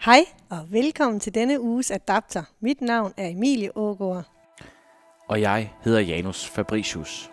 Hej og velkommen til denne uges Adapter. Mit navn er Emilie Aagaard. Og jeg hedder Janus Fabricius.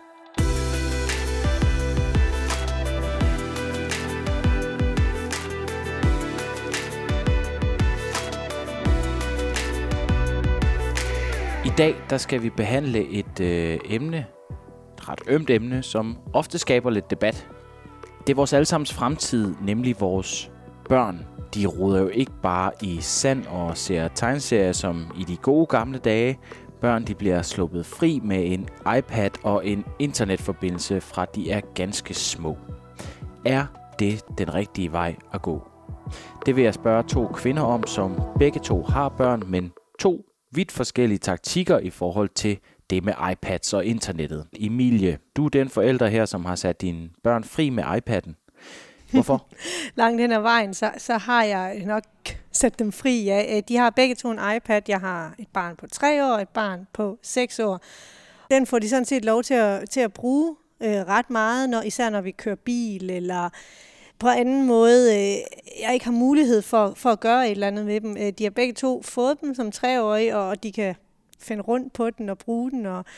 I dag der skal vi behandle et et ret ømt emne, som ofte skaber lidt debat. Det er vores allesammens fremtid, nemlig vores børn. De roder jo ikke bare i sand og ser tegneserier som i de gode gamle dage. Børn de bliver sluppet fri med en iPad og en internetforbindelse fra de er ganske små. Er det den rigtige vej at gå? Det vil jeg spørge to kvinder om, som begge to har børn, men to vidt forskellige taktikker i forhold til det med iPads og internettet. Emilie, du er den forælder her, som har sat dine børn fri med iPad'en. Hvorfor? Langt hen ad vejen, så har jeg nok sat dem fri. Ja. De har begge to en iPad. Jeg har et barn på 3 år og et barn på 6 år. Den får de sådan set lov til at bruge ret meget, især når vi kører bil eller på anden måde, jeg ikke har mulighed for at gøre et eller andet med dem. De har begge to fået dem som 3-årige, og de kan finde rundt på den og bruge den, og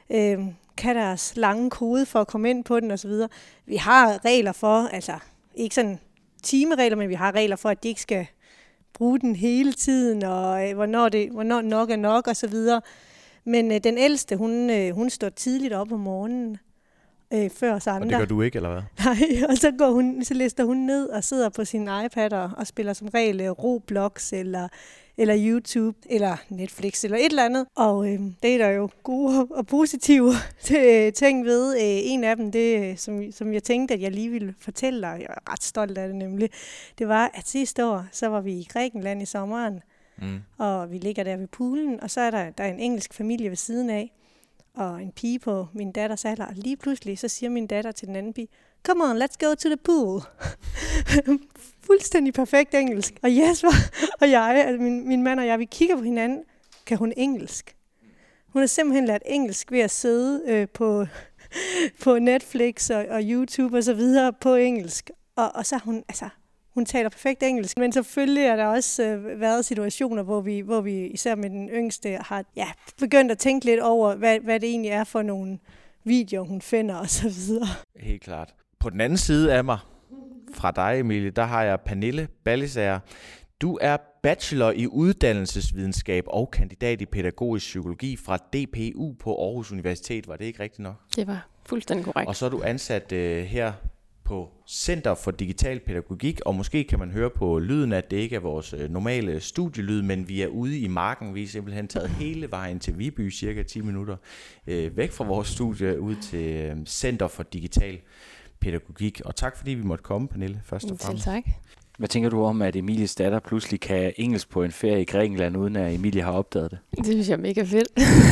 kan deres lange kode for at komme ind på den osv. Vi har regler for, altså ikke sådan timeregler, men vi har regler for, at de ikke skal bruge den hele tiden, og hvornår nok er nok osv. Men den ældste, hun står tidligt op om morgenen, før os andre. Og det gør du ikke, eller hvad? Nej, og så lister hun ned og sidder på sin iPad og spiller som regel Roblox eller YouTube eller Netflix eller et eller andet. Og det er der jo gode og positive ting ved. En af dem, det som jeg tænkte, at jeg lige ville fortælle dig, jeg er ret stolt af det nemlig, det var, at sidste år, så var vi i Grækenland i sommeren, og vi ligger der ved poolen, og så er der en engelsk familie ved siden af, og en pige på min datters alder, og lige pludselig, så siger min datter til den anden pige, "Come on, let's go to the pool." Fuldstændig perfekt engelsk. Og Jesper og jeg, altså min mand og jeg, vi kigger på hinanden. Kan hun engelsk? Hun har simpelthen lært engelsk ved at sidde på Netflix og YouTube og så videre på engelsk. Og så hun taler perfekt engelsk. Men selvfølgelig er der også været situationer, hvor vi især med den yngste har begyndt at tænke lidt over, hvad det egentlig er for nogle videoer, hun finder og så videre. Helt klart. På den anden side af mig, fra dig Emilie, der har jeg Pernille Ballisager. Du er bachelor i uddannelsesvidenskab og kandidat i pædagogisk psykologi fra DPU på Aarhus Universitet. Var det ikke rigtigt nok? Det var fuldstændig korrekt. Og så er du ansat her på Center for Digital Pædagogik, og måske kan man høre på lyden, at det ikke er vores normale studielyd, men vi er ude i marken. Vi er simpelthen taget hele vejen til Viby, cirka 10 minutter væk fra vores studie, ud til Center for Digital Pædagogik. Og tak fordi vi måtte komme, Pernille, først og fremmest. Selv tak. Hvad tænker du om, at Emilies datter pludselig kan engelsk på en ferie i Grækenland, uden at Emilie har opdaget det? Det synes jeg er mega fedt.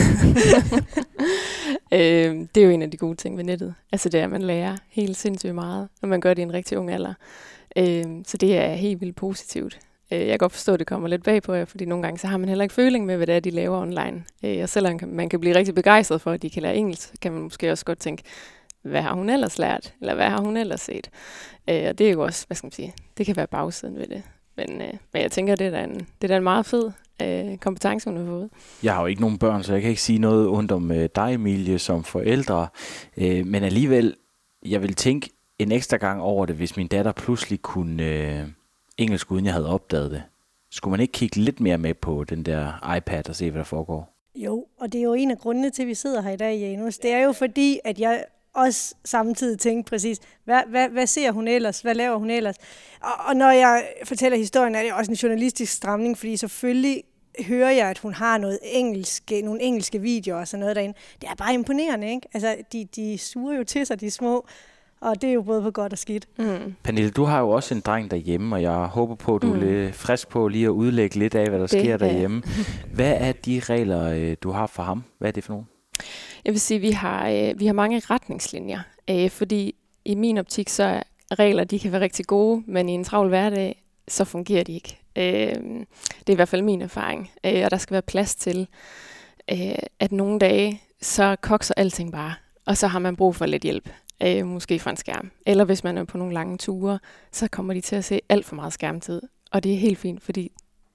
Det er jo en af de gode ting ved nettet. Altså det er, at man lærer helt sindssygt meget, når man gør det i en rigtig ung alder. Så det er helt vildt positivt. Jeg kan godt forstå, at det kommer lidt bag på jer, fordi nogle gange så har man heller ikke føling med, hvad det er, de laver online. Og selvom man kan blive rigtig begejstret for, at de kan lære engelsk, så kan man måske også godt tænke, hvad har hun ellers lært? Eller hvad har hun ellers set? Og det er jo også, hvad skal man sige, det kan være bagsiden ved det. Men jeg tænker, det er da en meget fed kompetence, hun har fået. Jeg har jo ikke nogen børn, så jeg kan ikke sige noget ondt om dig, Emilie, som forældre. Men alligevel, jeg vil tænke en ekstra gang over det, hvis min datter pludselig kunne engelsk, uden jeg havde opdaget det. Skulle man ikke kigge lidt mere med på den der iPad og se, hvad der foregår? Jo, og det er jo en af grundene til, at vi sidder her i dag, Janus. Det er jo fordi, at jeg også samtidig tænkte præcis, hvad ser hun ellers? Hvad laver hun ellers? Og når jeg fortæller historien, er det også en journalistisk stramning, fordi selvfølgelig hører jeg, at hun har nogle engelske videoer og sådan noget derinde. Det er bare imponerende, ikke? Altså, de suger jo til sig, de små, og det er jo både på godt og skidt. Pernille, du har jo også en dreng derhjemme, og jeg håber på, at du er lidt frisk på lige at udlægge lidt af, hvad der sker derhjemme. Hvad er de regler, du har for ham? Hvad er det for nogle? Jeg vil sige, at vi har mange retningslinjer, fordi i min optik, så er regler, de kan være rigtig gode, men i en travl hverdag, så fungerer de ikke. Det er i hvert fald min erfaring, og der skal være plads til, at nogle dage, så kokser alting bare, og så har man brug for lidt hjælp. Måske fra en skærm. Eller hvis man er på nogle lange ture, så kommer de til at se alt for meget skærmtid. Og det er helt fint, fordi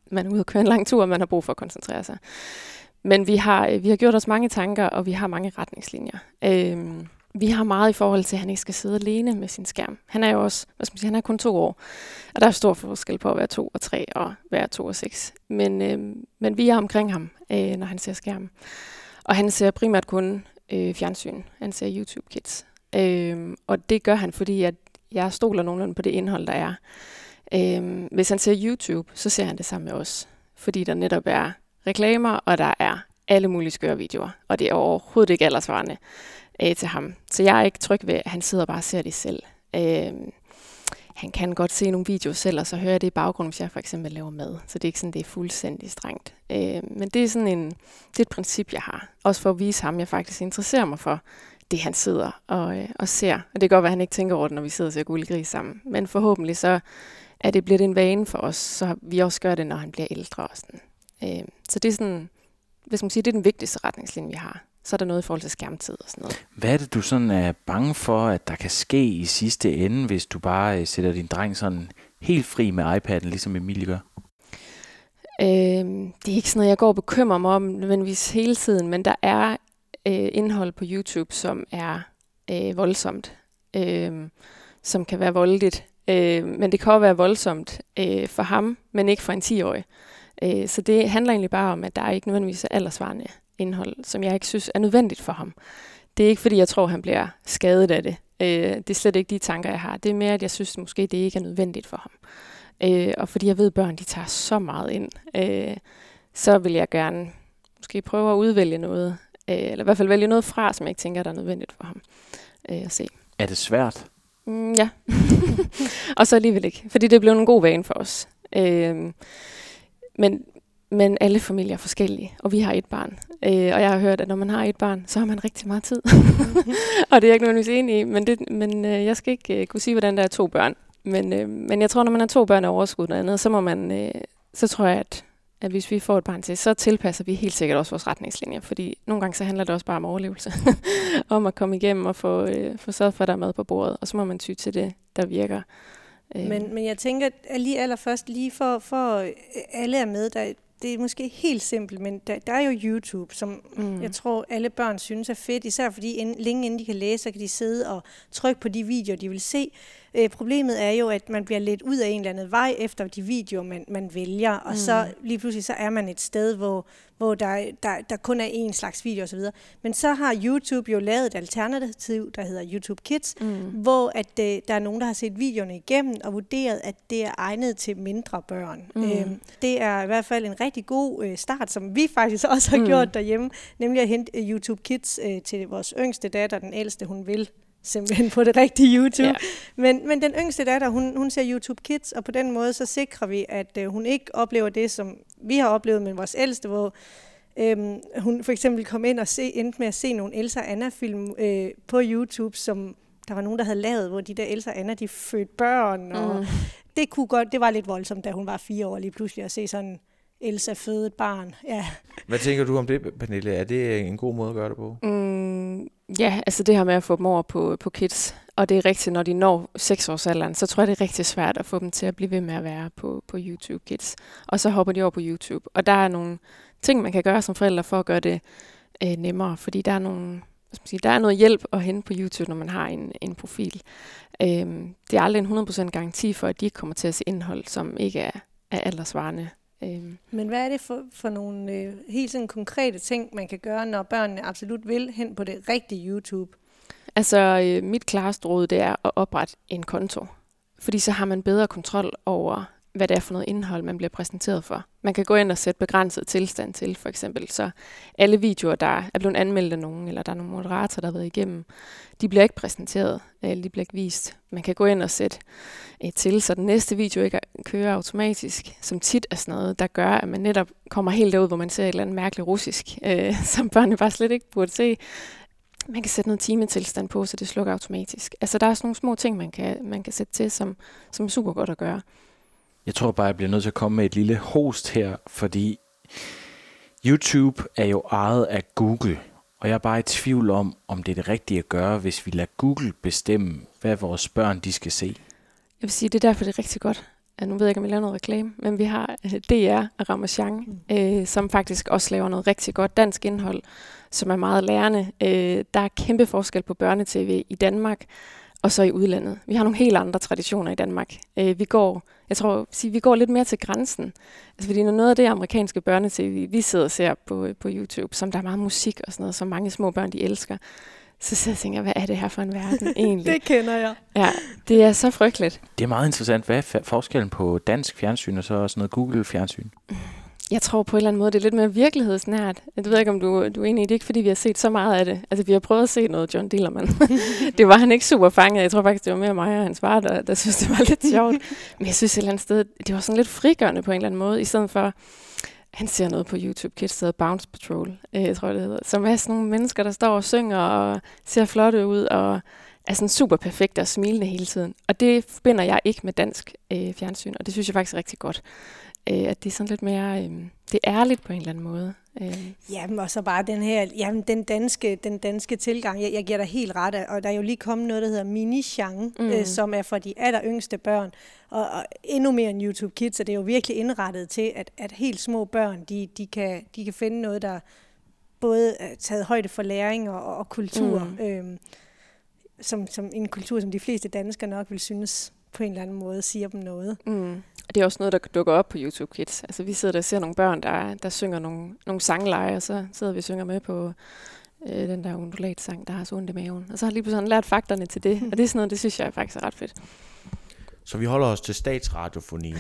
man er ude at køre en lang tur, og man har brug for at koncentrere sig. Men vi har gjort os mange tanker, og vi har mange retningslinjer. Vi har meget i forhold til, at han ikke skal sidde alene med sin skærm. Han er jo også, han er kun 2 år, og der er stor forskel på at være 2 og 3 og være 2 og 6. Men vi er omkring ham, når han ser skærm. Og han ser primært kun fjernsyn. Han ser YouTube Kids. Og det gør han, fordi at jeg stoler nogenlunde på det indhold, der er. Hvis han ser YouTube, så ser han det sammen med os. Fordi der netop er reklamer, og der er alle mulige skøre videoer. Og det er overhovedet ikke aldersvarende til ham. Så jeg er ikke tryg ved, at han sidder og bare ser det selv. Han kan godt se nogle videoer selv, og så hører jeg det i baggrunden, hvis jeg for eksempel laver mad. Så det er ikke sådan, det er fuldstændig strengt. Men det er sådan det er et princip, jeg har. Også for at vise ham, at jeg faktisk interesserer mig for det, han sidder og ser. Og det kan godt være, at han ikke tænker over det, når vi sidder og ser Guld i Gris sammen. Men forhåbentlig så bliver det en vane for os, så vi også gør det, når han bliver ældre. Og sådan. Så det er sådan, hvis man siger, det er den vigtigste retningslinje, vi har. Så er der noget i forhold til skærmtid og sådan noget. Hvad er det, du sådan er bange for, at der kan ske i sidste ende, hvis du bare sætter din dreng sådan helt fri med iPad'en, ligesom Emilie gør? Det er ikke sådan noget, jeg går og bekymrer mig om nødvendigvis hele tiden, men der er indhold på YouTube, som er voldsomt, som kan være voldeligt. Men det kan også være voldsomt for ham, men ikke for en 10-årig. Så det handler egentlig bare om, at der er ikke nødvendigvis aldersvarende indhold, som jeg ikke synes er nødvendigt for ham. Det er ikke, fordi jeg tror, han bliver skadet af det. Det er slet ikke de tanker, jeg har. Det er mere, at jeg synes måske, det ikke er nødvendigt for ham. Og fordi jeg ved, at børn de tager så meget ind, så vil jeg gerne måske prøve at udvælge noget, eller i hvert fald vælge noget fra, som jeg ikke tænker, der er nødvendigt for ham at se. Er det svært? Ja. Og så alligevel ikke, fordi det blev en god vane for os. Men alle familier er forskellige, og vi har et barn. Og jeg har hørt, at når man har et barn, så har man rigtig meget tid. Og det er jeg ikke nødvendigvis enig i, men jeg skal ikke kunne sige, hvordan der er 2 børn. Men jeg tror, når man har 2 børn og overskud noget andet, så tror jeg, at hvis vi får et barn til, så tilpasser vi helt sikkert også vores retningslinjer. Fordi nogle gange så handler det også bare om overlevelse. Om at komme igennem og få sørget for, at der er mad på bordet. Og så må man ty til det, der virker. Men jeg tænker, at lige allerførst, lige for alle er med, det er måske helt simpelt, men der er jo YouTube, som jeg tror, alle børn synes er fedt, især fordi længe inden de kan læse, så kan de sidde og trykke på de videoer, de vil se. Problemet er jo, at man bliver lidt ud af en eller anden vej efter de videoer, man vælger, og så lige pludselig så er man et sted, hvor der kun er én slags video osv. Men så har YouTube jo lavet et alternativ, der hedder YouTube Kids, hvor at, der er nogen, der har set videoerne igennem og vurderet, at det er egnet til mindre børn. Det er i hvert fald en rigtig god start, som vi faktisk også har gjort derhjemme, nemlig at hente YouTube Kids til vores yngste datter, den ældste, hun vil simpelthen på det rigtige YouTube. Yeah. Men den yngste datter, hun ser YouTube Kids, og på den måde så sikrer vi, at hun ikke oplever det, som vi har oplevet med vores ældste, hvor hun for eksempel kom ind og endte med at se nogle Elsa og Anna-film på YouTube, som der var nogen, der havde lavet, hvor de der Elsa og Anna, de fødte børn, og det var lidt voldsomt, da hun var 4 år lige pludselig at se sådan Elsa føde et barn. Ja. Hvad tænker du om det, Pernille? Er det en god måde at gøre det på? Ja, altså det her med at få dem over på kids, og det er rigtigt, når de når 6-årsalderen, så tror jeg, det er rigtig svært at få dem til at blive ved med at være på YouTube Kids. Og så hopper de over på YouTube. Og der er nogle ting, man kan gøre som forældre for at gøre det nemmere, fordi der er noget hjælp at hente på YouTube, når man har en profil. Det er aldrig en 100% garanti for, at de ikke kommer til at se indhold, som ikke er aldersvarende. Men hvad er det for nogle helt sådan konkrete ting, man kan gøre, når børnene absolut vil hen på det rigtige YouTube? Altså, mit klareste råd, det er at oprette en konto. Fordi så har man bedre kontrol over, hvad det er for noget indhold, man bliver præsenteret for. Man kan gå ind og sætte begrænset tilstand til, for eksempel. Så alle videoer, der er blevet anmeldt af nogen, eller der er nogle moderatorer, der har været igennem, de bliver ikke præsenteret, eller de bliver ikke vist. Man kan gå ind og sætte til, så den næste video ikke kører automatisk, som tit er sådan noget, der gør, at man netop kommer helt derud, hvor man ser et eller andet mærkeligt russisk, som børnene bare slet ikke burde se. Man kan sætte noget timetilstand på, så det slukker automatisk. Altså, der er sådan nogle små ting, man kan sætte til, som er super godt at gøre. Jeg tror bare, jeg bliver nødt til at komme med et lille host her, fordi YouTube er jo ejet af Google, og jeg er bare i tvivl om det er det rigtige at gøre, hvis vi lader Google bestemme, hvad vores børn de skal se. Jeg vil sige, det er derfor, det er rigtig godt, nu ved jeg ikke, om vi laver noget reklame, men vi har DR og Ramasjang, som faktisk også laver noget rigtig godt dansk indhold, som er meget lærende. Der er kæmpe forskel på børnetv i Danmark og så i udlandet. Vi har nogle helt andre traditioner i Danmark. Vi går lidt mere til grænsen. Altså, fordi når noget af det amerikanske børnetv, vi sidder og ser på YouTube, som der er meget musik og sådan noget, som mange små børn, de elsker, så sidder jeg og tænker, hvad er det her for en verden egentlig? Det kender jeg. Ja, det er så frygteligt. Det er meget interessant. Hvad er forskellen på dansk fjernsyn og så sådan noget Google-fjernsyn? Jeg tror på en eller anden måde, det er lidt mere virkelighedsnært. Jeg ved ikke, om du er enig i det, ikke fordi vi har set så meget af det. Altså, vi har prøvet at se noget John Dillermand. Det var han ikke super fanget. Jeg tror faktisk, det var mere mig og hans far, der synes, det var lidt sjovt. Men jeg synes et eller andet sted, det var sådan lidt frigørende på en eller anden måde, i stedet for, han ser noget på YouTube Kids, der hedder Bounce Patrol, jeg tror det hedder, som er sådan nogle mennesker, der står og synger og ser flotte ud og er sådan super perfekte og smilende hele tiden. Og det forbinder jeg ikke med dansk fjernsyn, og det synes jeg faktisk er rigtig godt. At det er sådan lidt mere, det er ærligt på en eller anden måde. Jamen, og så bare den her, jamen, den danske tilgang. Jeg giver dig helt ret, og der er jo lige kommet noget, der hedder Mini-Chang, som er for de alleryngste børn, og endnu mere end YouTube Kids, så det er jo virkelig indrettet til, at helt små børn, de kan finde noget, der både er taget højde for læring og kultur, som en kultur, som de fleste danskere nok vil synes på en eller anden måde siger dem noget. Det er også noget, der dukker op på YouTube Kids. Altså, vi sidder der og ser nogle børn, der synger nogle sangleje, og så sidder vi og synger med på den der undulatsang, der har så ondt i maven. Og så har lige pludselig lært fakterne til det, og det er sådan noget, det synes jeg faktisk er ret fedt. Så vi holder os til statsradiofonien.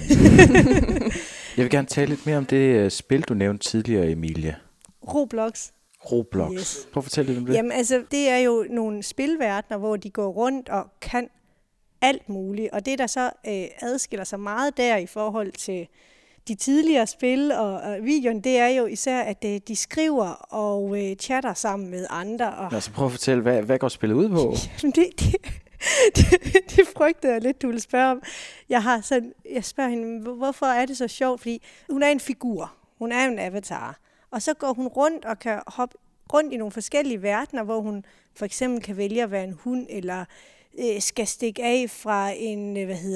Jeg vil gerne tale lidt mere om det spil, du nævnte tidligere, Emilie. Roblox. Yes. Prøv at fortælle lidt om det. Jamen altså, det er jo nogle spilverdener, hvor de går rundt og kan alt muligt. Og det, der så adskiller sig meget der i forhold til de tidligere spil og videoen, det er jo især, at de skriver og chatter sammen med andre. Og altså prøv at fortælle, hvad går spillet ud på? Jamen, det frygtede jeg lidt, du ville spørge om. Jeg spørger hende, hvorfor er det så sjovt? Fordi hun er en figur. Hun er en avatar. Og så går hun rundt og kan hoppe rundt i nogle forskellige verdener, hvor hun for eksempel kan vælge at være en hund, eller skal stikke af fra en,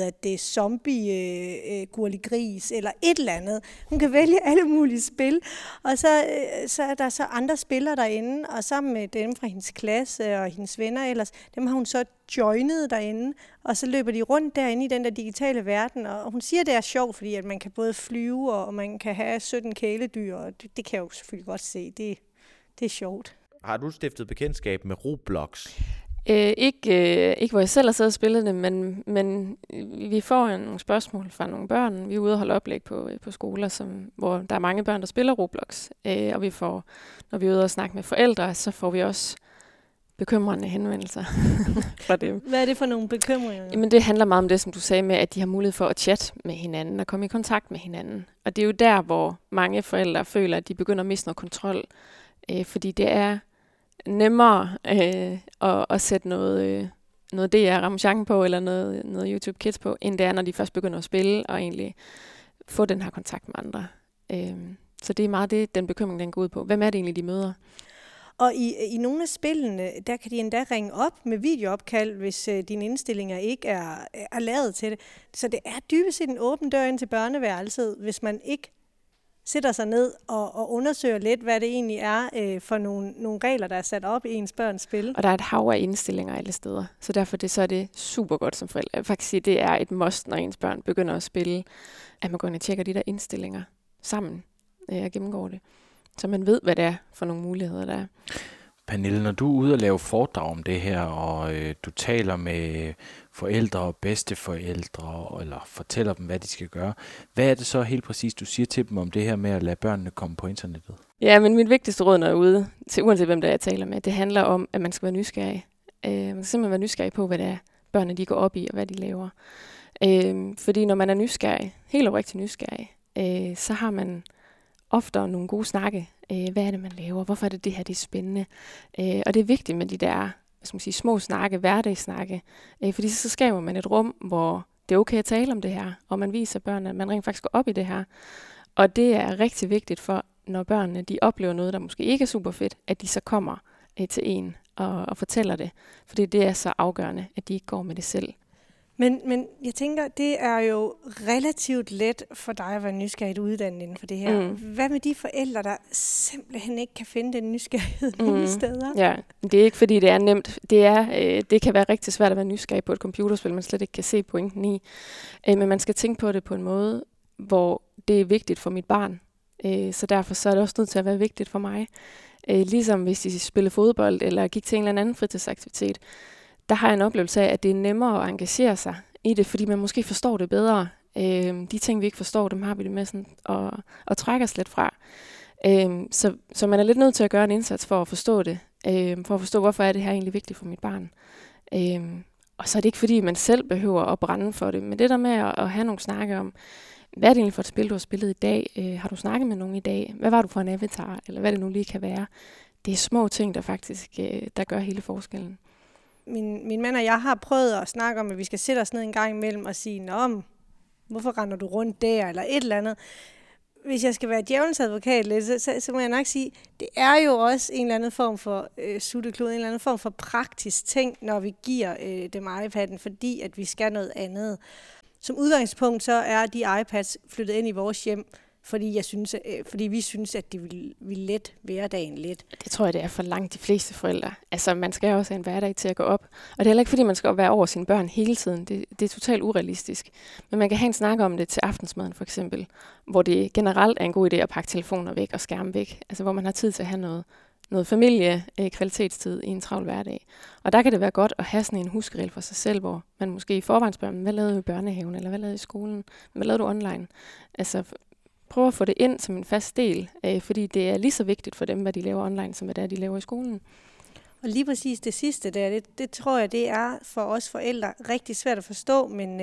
zombie-gurligris, eller et eller andet. Hun kan vælge alle mulige spil, og så er der så andre spillere derinde, og sammen med dem fra hendes klasse og hendes venner ellers, dem har hun så joinet derinde, og så løber de rundt derinde i den der digitale verden, og hun siger, det er sjovt, fordi at man kan både flyve, og man kan have 17 kæledyr, og det kan jeg jo selvfølgelig godt se. Det er sjovt. Har du stiftet bekendtskab med Roblox? Ikke hvor jeg selv har siddet og spillet det, men vi får nogle spørgsmål fra nogle børn. Vi er ude og holde oplæg på skoler, hvor der er mange børn, der spiller Roblox. Og når vi er ude og snakke med forældre, så får vi også bekymrende henvendelser fra dem. Hvad er det for nogle bekymringer? Jamen, det handler meget om det, som du sagde med, at de har mulighed for at chatte med hinanden og komme i kontakt med hinanden. Og det er jo der, hvor mange forældre føler, at de begynder at miste noget kontrol. Fordi det er nemmere at sætte noget DR Ramasjang på, eller noget YouTube Kids på, end det er, når de først begynder at spille, og egentlig få den her kontakt med andre. Så det er meget det, den bekymring, den går ud på. Hvem er det egentlig, de møder? Og i nogle af spillene, der kan de endda ringe op med videoopkald, hvis dine indstillinger ikke er lavet til det. Så det er dybest set en åben dør ind til børneværelset, hvis man ikke sætter sig ned og undersøger lidt, hvad det egentlig er for nogle regler, der er sat op i ens børns spil. Og der er et hav af indstillinger alle steder, så derfor er det super godt som forældre. Jeg vil faktisk sige, det er et must, når ens børn begynder at spille, at man går ind og tjekker de der indstillinger sammen og gennemgår det, så man ved, hvad det er for nogle muligheder, der er. Pernille, når du er ude og lave foredrag om det her, og du taler med forældre og bedsteforældre, eller fortæller dem, hvad de skal gøre, hvad er det så helt præcis, du siger til dem om det her med at lade børnene komme på internettet? Ja, men mit vigtigste råd, når jeg er ude, til uanset hvem der jeg taler med, det handler om, at man skal være nysgerrig. Man skal simpelthen være nysgerrig på, hvad det er, børnene de går op i, og hvad de laver. Fordi når man er nysgerrig, helt oprigtigt nysgerrig, så har man ofte nogle gode snakke. Hvad er det, man laver? Hvorfor er det her, det er spændende? Og det er vigtigt med de der små snakke, hverdagssnakke. Fordi så skaber man et rum, hvor det er okay at tale om det her, og man viser børnene, at man rent faktisk går op i det her. Og det er rigtig vigtigt for, når børnene de oplever noget, der måske ikke er super fedt, at de så kommer til en og fortæller det. Fordi det er så afgørende, at de ikke går med det selv. Men jeg tænker, det er jo relativt let for dig at være nysgerrig uddannet inden for det her. Hvad med de forældre, der simpelthen ikke kan finde den nysgerrighed nogen steder? Ja, det er ikke fordi, det er nemt. Det kan være rigtig svært at være nysgerrig på et computerspil, man slet ikke kan se pointen i. Men man skal tænke på det på en måde, hvor det er vigtigt for mit barn. Så derfor så er det også nødt til at være vigtigt for mig. Ligesom hvis de spiller fodbold eller gik til en eller anden fritidsaktivitet, der har jeg en oplevelse af, at det er nemmere at engagere sig i det, fordi man måske forstår det bedre. De ting, vi ikke forstår, dem har vi det med sådan at trække os lidt fra. Så man er lidt nødt til at gøre en indsats for at forstå det. For at forstå, hvorfor er det her egentlig vigtigt for mit barn. Og så er det ikke, fordi man selv behøver at brænde for det, men det der med at have nogle snakke om, hvad er det egentlig for et spil, du har spillet i dag? Har du snakket med nogen i dag? Hvad var du for en avatar? Eller hvad det nu lige kan være? Det er små ting, der faktisk der gør hele forskellen. Min mand og jeg har prøvet at snakke om, at vi skal sætte os ned en gang imellem og sige, hvorfor render du rundt der, eller et eller andet. Hvis jeg skal være djævelens advokat lidt, så må jeg nok sige, det er jo også en eller anden form for sutteklud, en eller anden form for praktisk ting, når vi giver dem iPad'en, fordi at vi skal noget andet. Som udgangspunkt så er de iPads flyttet ind i vores hjem, fordi vi synes, at det vil let hverdagen lidt. Det tror jeg, det er for langt de fleste forældre. Altså, man skal også have en hverdag til at gå op. Og det er heller ikke, fordi man skal være over sine børn hele tiden. Det er totalt urealistisk. Men man kan have en snak om det til aftensmaden, for eksempel. Hvor det generelt er en god idé at pakke telefoner væk og skærme væk. Altså, hvor man har tid til at have noget familie-kvalitetstid i en travl hverdag. Og der kan det være godt at have sådan en huskeregel for sig selv, hvor man måske i forvejen spørger, hvad lavede du i børnehaven, eller hvad lavede du i skolen, hvad lavede du online? Altså, prøv at få det ind som en fast del, fordi det er lige så vigtigt for dem, hvad de laver online, som hvad det er, de laver i skolen. Og lige præcis det sidste der, det tror jeg, det er for os forældre rigtig svært at forstå, men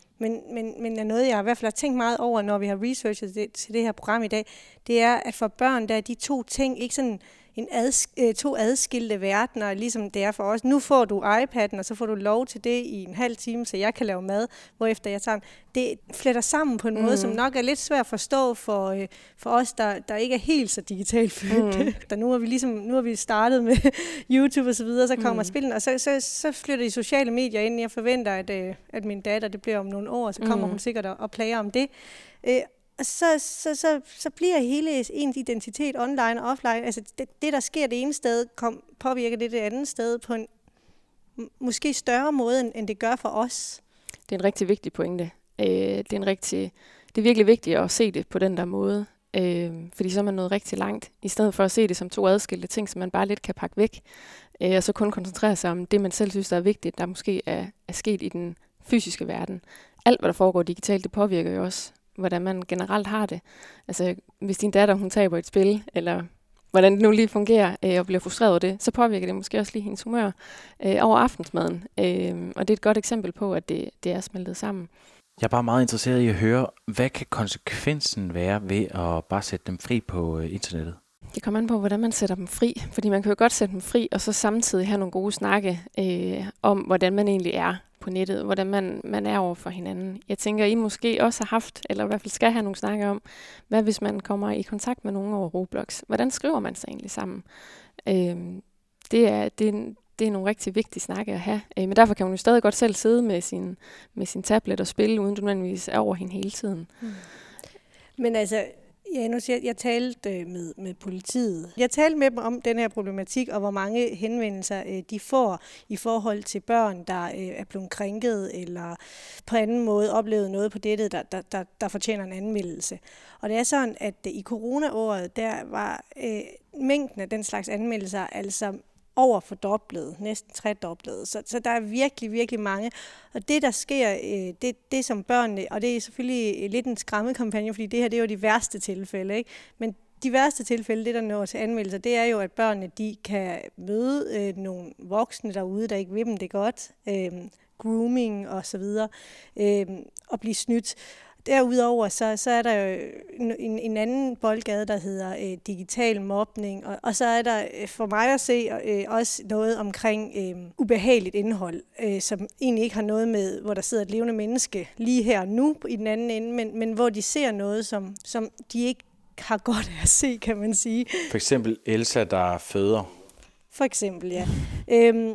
er noget, jeg i hvert fald har tænkt meget over, når vi har researchet det, til det her program i dag, det er, at for børn, der er de to ting ikke sådan to adskilte verdener, ligesom det er for os. Nu får du iPad'en, og så får du lov til det i en halv time, så jeg kan lave mad, hvorefter jeg tager den. Det fletter sammen på en måde, som nok er lidt svært at forstå for os, der ikke er helt så digitalt født. Nu har vi startet med YouTube og så videre, så kommer spillen, og så flytter de sociale medier ind. Jeg forventer, at min datter, det bliver om nogle år, så kommer hun sikkert og plager om det. Og så bliver hele ens identitet online og offline. Altså det der sker det ene sted, påvirker det andet sted på en måske større måde, end det gør for os. Det er en rigtig vigtig pointe. Det er virkelig vigtigt at se det på den der måde. Fordi så er man nået rigtig langt, i stedet for at se det som to adskilte ting, som man bare lidt kan pakke væk. Og så kun koncentrere sig om det, man selv synes, der er vigtigt, der måske er sket i den fysiske verden. Alt, hvad der foregår digitalt, det påvirker jo også, hvordan man generelt har det. Altså, hvis din datter, hun taber et spil, eller hvordan det nu lige fungerer, og bliver frustreret over det, så påvirker det måske også lige hendes humør over aftensmaden. Og det er et godt eksempel på, at det er smeltet sammen. Jeg er bare meget interesseret i at høre, hvad kan konsekvensen være ved at bare sætte dem fri på internettet? Det kommer an på, hvordan man sætter dem fri. Fordi man kan jo godt sætte dem fri, og så samtidig have nogle gode snakke om, hvordan man egentlig er på nettet. Hvordan man er over for hinanden. Jeg tænker, I måske også har haft, eller i hvert fald skal have nogle snakke om, hvad hvis man kommer i kontakt med nogen over Roblox? Hvordan skriver man sig egentlig sammen? Det er nogle rigtig vigtige snakke at have. Men derfor kan hun jo stadig godt selv sidde med sin tablet og spille, uden du nødvendigvis er over hende hele tiden. Men altså, jeg talte med politiet. Jeg talte med dem om den her problematik, og hvor mange henvendelser de får i forhold til børn, der er blevet krænket, eller på anden måde oplevet noget på nettet, der fortjener en anmeldelse. Og det er sådan, at i coronaåret, der var mængden af den slags anmeldelser altså over fordoblet, næsten tredoblet. Så der er virkelig, virkelig mange. Og det, der sker, det som børnene, og det er selvfølgelig lidt en skræmmekampagne, fordi det her, det er jo de værste tilfælde, ikke? Men de værste tilfælde, det der når til anmeldelser, det er jo, at børnene, de kan møde nogle voksne derude, der ikke vil dem det godt, grooming og så videre, og blive snydt. Derudover så er der jo en anden boldgade, der hedder digital mobning, og så er der for mig at se også noget omkring ubehageligt indhold, som egentlig ikke har noget med, hvor der sidder et levende menneske lige her nu i den anden ende, men hvor de ser noget, som de ikke har godt af at se, kan man sige. For eksempel Elsa, der føder. For eksempel, ja.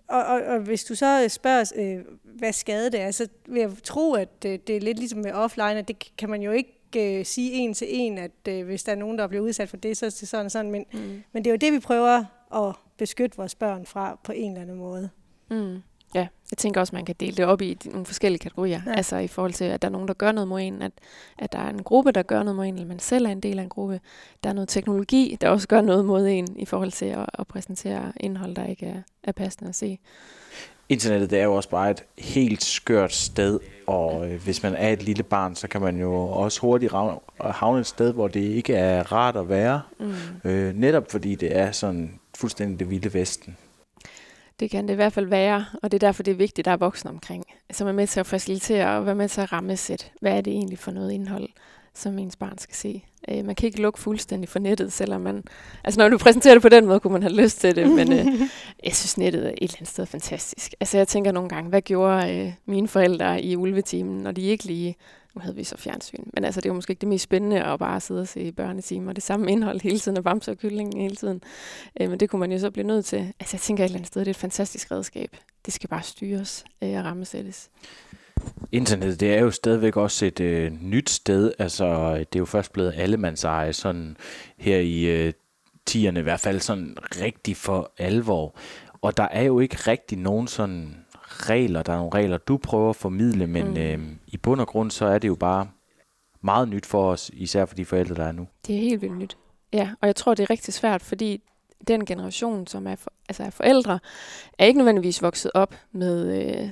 Og hvis du så spørger, hvad skade det er, så vil jeg tro, at det er lidt ligesom med offline, at det kan man jo ikke sige en til en, at hvis der er nogen, der bliver udsat for det, så er det sådan og sådan. Men det er jo det, vi prøver at beskytte vores børn fra på en eller anden måde. Mm. Ja, jeg tænker også, man kan dele det op i nogle forskellige kategorier. Ja. Altså i forhold til, at der er nogen, der gør noget mod en, at der er en gruppe, der gør noget mod en, eller man selv er en del af en gruppe. Der er noget teknologi, der også gør noget mod en, i forhold til at præsentere indhold, der ikke er passende at se. Internettet, det er jo også bare et helt skørt sted, og hvis man er et lille barn, så kan man jo også hurtigt havne et sted, hvor det ikke er rart at være. Netop fordi det er sådan fuldstændig det vilde vesten. Det kan det i hvert fald være, og det er derfor, det er vigtigt, at der er voksne omkring, som er med til at facilitere og være med til at rammesætte. Hvad er det egentlig for noget indhold, som ens barn skal se? Man kan ikke lukke fuldstændig for nettet, selvom man... Altså når du præsenterer det på den måde, kunne man have lyst til det, men jeg synes, nettet er et eller andet sted fantastisk. Altså jeg tænker nogle gange, hvad gjorde mine forældre i ulvetimen, når de ikke lige... Nu havde vi så fjernsyn, men altså det var måske ikke det mest spændende at bare sidde og se børnetimer. Det samme indhold hele tiden, og bamse og kyllingen hele tiden. Men det kunne man jo så blive nødt til. Altså jeg tænker et eller andet sted, det er et fantastisk redskab. Det skal bare styres og rammesættes. Internettet, det er jo stadigvæk også et nyt sted. Altså det er jo først blevet allemandseje sådan her i 10'erne, i hvert fald sådan rigtig for alvor. Og der er jo ikke rigtig nogen sådan regler. Der er nogle regler, du prøver at formidle, men i bund og grund, så er det jo bare meget nyt for os, især for de forældre, der er nu. Det er helt vildt nyt. Ja, og jeg tror, det er rigtig svært, fordi den generation, som er forældre, er ikke nødvendigvis vokset op med,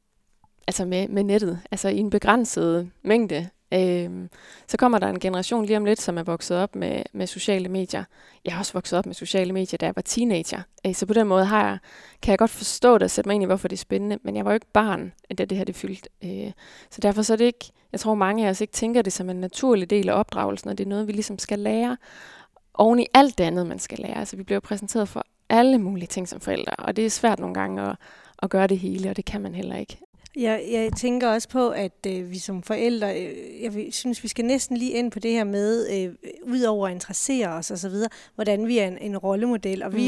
med nettet, altså i en begrænset mængde. Så kommer der en generation lige om lidt, som er vokset op med sociale medier. Jeg har også vokset op med sociale medier, da jeg var teenager. Så på den måde kan jeg godt forstå det og sætte mig ind i, hvorfor det er spændende. Men jeg var jo ikke barn, da det her det fyldte. Så derfor så er det ikke, jeg tror mange af os ikke tænker det som en naturlig del af opdragelsen, og det er noget, vi ligesom skal lære oven i alt det andet, man skal lære. Altså vi bliver præsenteret for alle mulige ting som forældre, og det er svært nogle gange at gøre det hele, og det kan man heller ikke. Jeg tænker også på, at vi som forældre, jeg synes, vi skal næsten lige ind på det her med, udover at interessere os og så videre, hvordan vi er en rollemodel. Og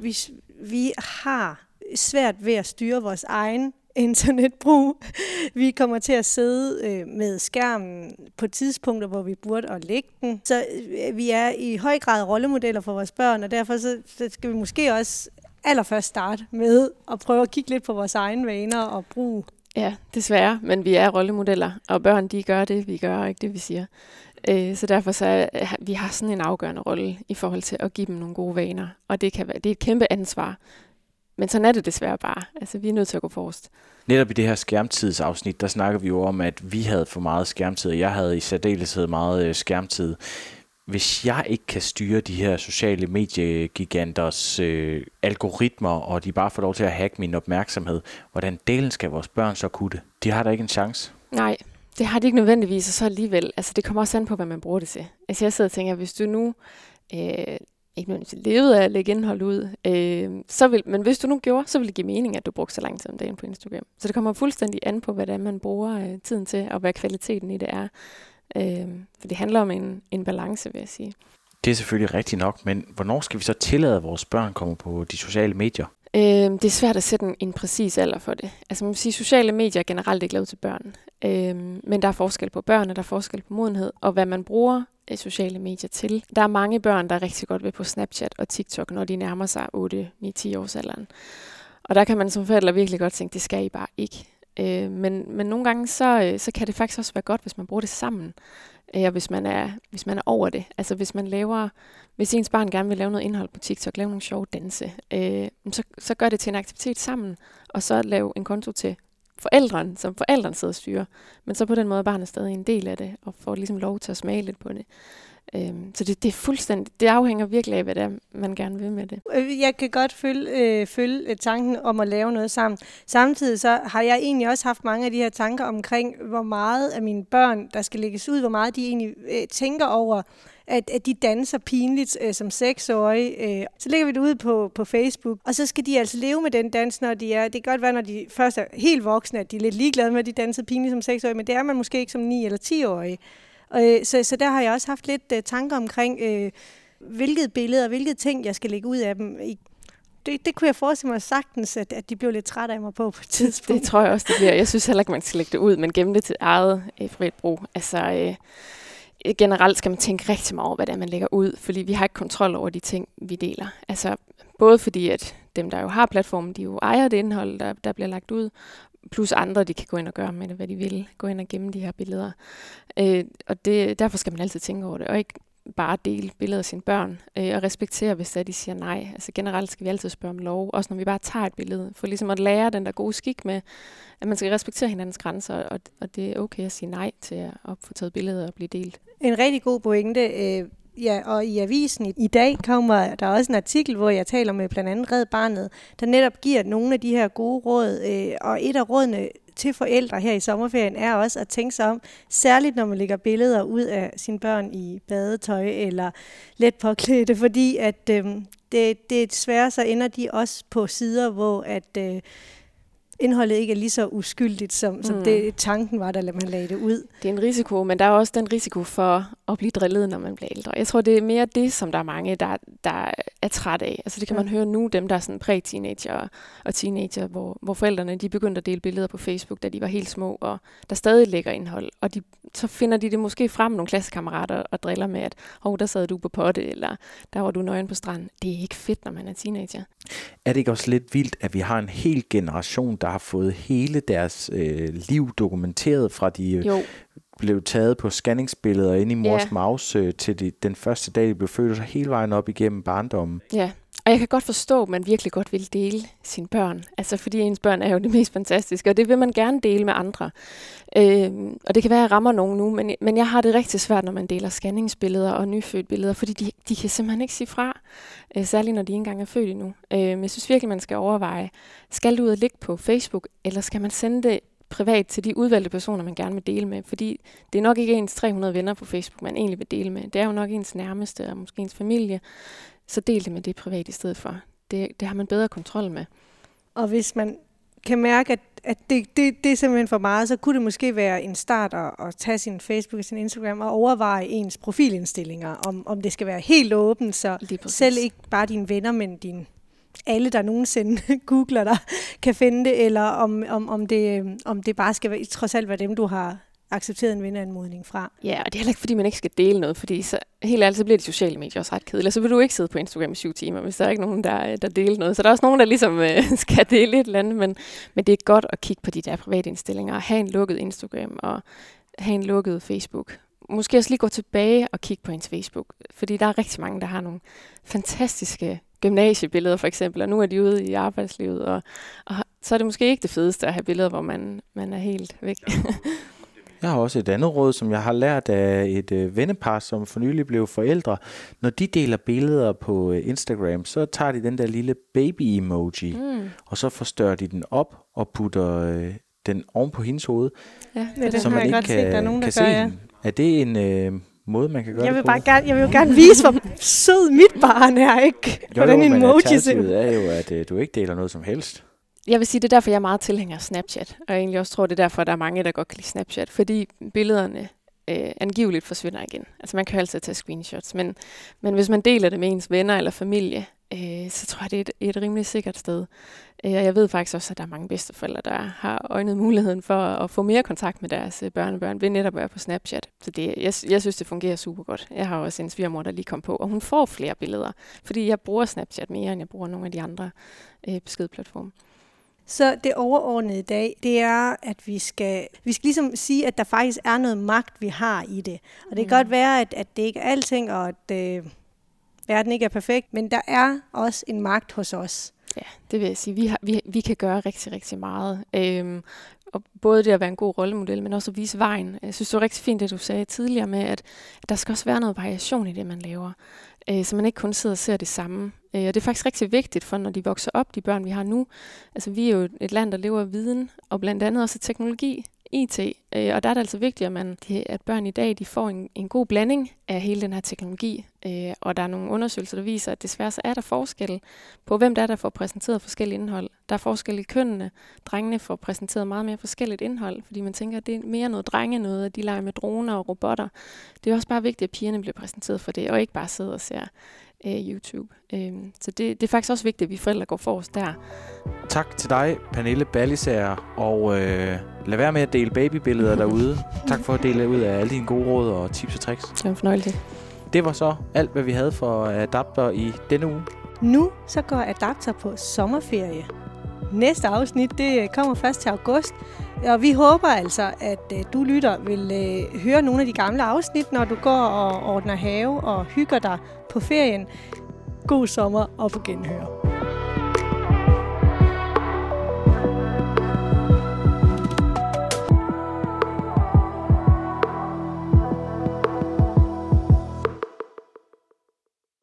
vi har svært ved at styre vores egen internetbrug. Vi kommer til at sidde med skærmen på tidspunkter, hvor vi burde at lægge den. Så vi er i høj grad rollemodeller for vores børn, og derfor så skal vi måske også allerførst starte med at prøve at kigge lidt på vores egne vaner og brug. Ja, desværre, men vi er rollemodeller, og børn, de gør det, vi gør ikke det, vi siger. Så derfor så vi har sådan en afgørende rolle i forhold til at give dem nogle gode vaner, og det er et kæmpe ansvar. Men sådan er det desværre bare. Altså, vi er nødt til at gå forrest. Netop i det her skærmtidsafsnit, der snakker vi jo om, at vi havde for meget skærmtid, og jeg havde i særdeleshed meget skærmtid. Hvis jeg ikke kan styre de her sociale mediegiganters algoritmer, og de bare får lov til at hacke min opmærksomhed, hvordan delen skal vores børn så kunne det? De har da ikke en chance. Nej, det har de ikke nødvendigvis, og så alligevel. Altså, det kommer også an på, hvad man bruger det til. Altså, jeg sidder og tænker, hvis du nu ikke nødvendigvis levede af at lægge indhold ud, men hvis du nu gjorde, så ville det give mening, at du brugte så lang tid om dagen på Instagram. Så det kommer fuldstændig an på, hvordan man bruger tiden til, og hvad kvaliteten i det er. For det handler om en balance, vil jeg sige. Det er selvfølgelig rigtigt nok, men hvornår skal vi så tillade, at vores børn kommer på de sociale medier? Det er svært at sætte en præcis alder for det. Altså man vil sige, at sociale medier er generelt ikke lavet til børn. Men der er forskel på børn, og der er forskel på modenhed, og hvad man bruger sociale medier til. Der er mange børn, der er rigtig godt ved på Snapchat og TikTok, når de nærmer sig 8-9-10 års alderen. Og der kan man som forældre virkelig godt tænke, det skal I bare ikke. Men nogle gange, så kan det faktisk også være godt, hvis man bruger det sammen. Og hvis man er over det. Altså hvis ens barn gerne vil lave noget indhold på TikTok, lave nogle sjove danse, så gør det til en aktivitet sammen, og så lave en konto til forældrene, som forældrene sidder og styrer. Men så på den måde er barnet stadig en del af det, og får ligesom lov til at smage lidt på det. Så det er fuldstændig, det afhænger virkelig af, hvad det er, man gerne vil med det. Jeg kan godt følge tanken om at lave noget sammen. Samtidig så har jeg egentlig også haft mange af de her tanker omkring, hvor meget af mine børn, der skal lægges ud, hvor meget de egentlig tænker over, at de danser pinligt som 6-årige. Så lægger vi det ud på Facebook, og så skal de altså leve med den dans, når de er. Det kan godt være, når de først er helt voksne, at de er lidt ligeglade med, at de danser pinligt som 6-årige, men det er man måske ikke som 9- eller 10-årige. Så der har jeg også haft lidt tanker omkring, hvilket billede og hvilket ting, jeg skal lægge ud af dem. det kunne jeg forestille mig sagtens, at de blev lidt trætte af mig på et tidspunkt. Det tror jeg også, det bliver. Jeg synes heller ikke, man skal lægge det ud, men gemme det til eget privat brug. Altså, generelt skal man tænke rigtig meget over, hvad det er, man lægger ud, fordi vi har ikke kontrol over de ting, vi deler. Altså, både fordi, at dem, der jo har platformen, de jo ejer det indhold, der bliver lagt ud, plus andre, de kan gå ind og gøre med det, hvad de vil. Gå ind og gemme de her billeder. Og derfor skal man altid tænke over det, og ikke bare dele billeder af sine børn, og respektere, hvis de siger nej. Altså generelt skal vi altid spørge om lov, også når vi bare tager et billede, for ligesom at lære den der gode skik med, at man skal respektere hinandens grænser, og det er okay at sige nej til at få taget billeder og blive delt. En rigtig god pointe. Ja, og i avisen i dag kommer der også en artikel, hvor jeg taler med blandt andet Red Barnet, der netop giver nogle af de her gode råd, og et af rådene til forældre her i sommerferien er også at tænke sig om, særligt når man lægger billeder ud af sine børn i badetøj eller let påklædte, fordi at det desværre så ender de også på sider, hvor at indholdet ikke er lige så uskyldigt, som det tanken var, da man lagde det ud. Det er en risiko, men der er også den risiko for at blive drillet, når man bliver ældre. Jeg tror, det er mere det, som der er mange, der er træt af. Altså det kan man høre nu, dem der er sådan præ-teenager og teenager, hvor forældrene de begyndte at dele billeder på Facebook, da de var helt små, og der stadig ligger indhold. Og så finder de det måske frem, nogle klassekammerater, og driller med, at der sad du på potte, eller der var du nøgen på stranden. Det er ikke fedt, når man er teenager. Er det ikke også lidt vildt, at vi har en hel generation, der har fået hele deres liv dokumenteret, fra de blev taget på scanningsbilleder inde i mors mave til den første dag, de blev født, og så hele vejen op igennem barndommen? Ja, og jeg kan godt forstå, at man virkelig godt vil dele sine børn. Altså fordi ens børn er jo det mest fantastiske, og det vil man gerne dele med andre. Og det kan være, at jeg rammer nogen nu, men jeg har det rigtig svært, når man deler scanningsbilleder og nyfødt billeder, fordi de kan simpelthen ikke sige fra, særligt når de ikke engang er født endnu. Jeg synes virkelig, man skal overveje, skal det ud og ligge på Facebook, eller skal man sende det privat til de udvalgte personer, man gerne vil dele med? Fordi det er nok ikke ens 300 venner på Facebook, man egentlig vil dele med. Det er jo nok ens nærmeste, og måske ens familie. Så del det med det privat i stedet for. Det har man bedre kontrol med. Og hvis man kan mærke, at det er simpelthen for meget, så kunne det måske være en start at tage sin Facebook og sin Instagram og overveje ens profilindstillinger, om det skal være helt åbent, så selv ikke bare dine venner, men alle, der nogensinde googler dig, kan finde det, eller om det bare skal være, trods alt være dem, du har accepteret en venneanmodning fra. Ja, og det er heller ikke, fordi man ikke skal dele noget, fordi så, helt ærligt, så bliver de sociale medier også ret kedelige. Så vil du ikke sidde på Instagram i 7 timer, hvis der er ikke nogen, der deler noget. Så der er også nogen, der ligesom skal dele et eller andet, men det er godt at kigge på de der private indstillinger, have en lukket Instagram og have en lukket Facebook. Måske også lige gå tilbage og kigge på ens Facebook, fordi der er rigtig mange, der har nogle fantastiske gymnasiebilleder for eksempel, og nu er de ude i arbejdslivet, og så er det måske ikke det fedeste at have billeder, hvor man er helt væk. Jeg har også et andet råd, som jeg har lært af et vennepar, som for nylig blev forældre. Når de deler billeder på Instagram, så tager de den der lille baby-emoji, og så forstørrer de den op og putter den oven på hendes hoved, så man ikke kan se hende. Er det en måde, man kan gøre jeg vil det på? Jeg vil jo gerne vise, hvor sød mit barn er, ikke? Men alternativet er jo, at du ikke deler noget som helst. Jeg vil sige, det er derfor, jeg er meget tilhænger af Snapchat, og jeg egentlig også tror, det er derfor, at der er mange, der godt kan lide Snapchat, fordi billederne angiveligt forsvinder igen. Altså man kan jo altid tage screenshots, men hvis man deler det med ens venner eller familie, så tror jeg, det er et rimelig sikkert sted. Og jeg ved faktisk også, at der er mange bedsteforældre, der har øjnet muligheden for at få mere kontakt med deres børnebørn ved netop at være på Snapchat. Så jeg synes, det fungerer super godt. Jeg har også en svigermor, der lige kom på, og hun får flere billeder, fordi jeg bruger Snapchat mere, end jeg bruger nogle af de andre beskedplatforme. Så det overordnede i dag, det er, at vi skal ligesom sige, at der faktisk er noget magt, vi har i det. Og det kan godt være, at det ikke er alting, og at verden ikke er perfekt, men der er også en magt hos os. Ja, det vil jeg sige. Vi kan gøre rigtig, rigtig meget. Og både det at være en god rollemodel, men også at vise vejen. Jeg synes, det var rigtig fint, det du sagde tidligere med, at der skal også være noget variation i det, man laver. Så man ikke kun sidder og ser det samme. Og det er faktisk rigtig vigtigt for, når de vokser op, de børn, vi har nu. Altså, vi er jo et land, der lever af viden, og blandt andet også teknologi, IT. Og der er det altså vigtigt, at børn i dag de får en god blanding af hele den her teknologi. Og der er nogle undersøgelser, der viser, at desværre så er der forskel på, hvem der får præsenteret forskellige indhold. Der er forskel i kønnene. Drengene får præsenteret meget mere forskelligt indhold, fordi man tænker, at det er mere noget drenge noget, at de leger med droner og robotter. Det er også bare vigtigt, at pigerne bliver præsenteret for det, og ikke bare sidder og ser YouTube. Så det er faktisk også vigtigt, at vi forældre går forrest der. Tak til dig, Pernille Ballisager, og lad være med at dele babybilleder derude. Tak for at dele ud af alle dine gode råd og tips og tricks. Det var en fornøjelse. Det var så alt, hvad vi havde for Adapter i denne uge. Nu så går Adapter på sommerferie. Næste afsnit, det kommer først til august. Og vi håber altså, at du lytter vil høre nogle af de gamle afsnit, når du går og ordner have og hygger dig på ferien. God sommer og på genhør.